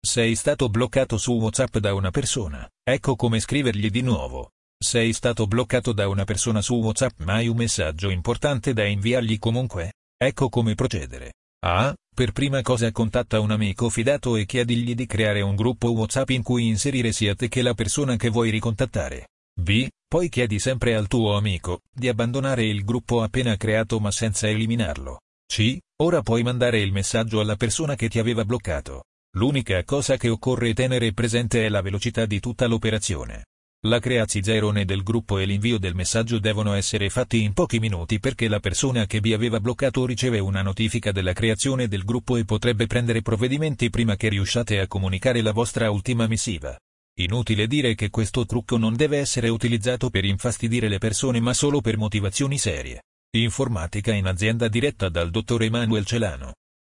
Sei stato bloccato su WhatsApp da una persona. Ecco come scrivergli di nuovo. Sei stato bloccato da una persona su WhatsApp ma hai un messaggio importante da inviargli comunque? Ecco come procedere. A. Per prima cosa contatta un amico fidato e chiedigli di creare un gruppo WhatsApp in cui inserire sia te che la persona che vuoi ricontattare. B. Poi chiedi sempre al tuo amico di abbandonare il gruppo appena creato ma senza eliminarlo. C. Ora puoi mandare il messaggio alla persona che ti aveva bloccato. L'unica cosa che occorre tenere presente è la velocità di tutta l'operazione. La creazione del gruppo e l'invio del messaggio devono essere fatti in pochi minuti perché la persona che vi aveva bloccato riceve una notifica della creazione del gruppo e potrebbe prendere provvedimenti prima che riusciate a comunicare la vostra ultima missiva. Inutile dire che questo trucco non deve essere utilizzato per infastidire le persone ma solo per motivazioni serie. Informatica in azienda diretta dal dottor Emanuel Celano.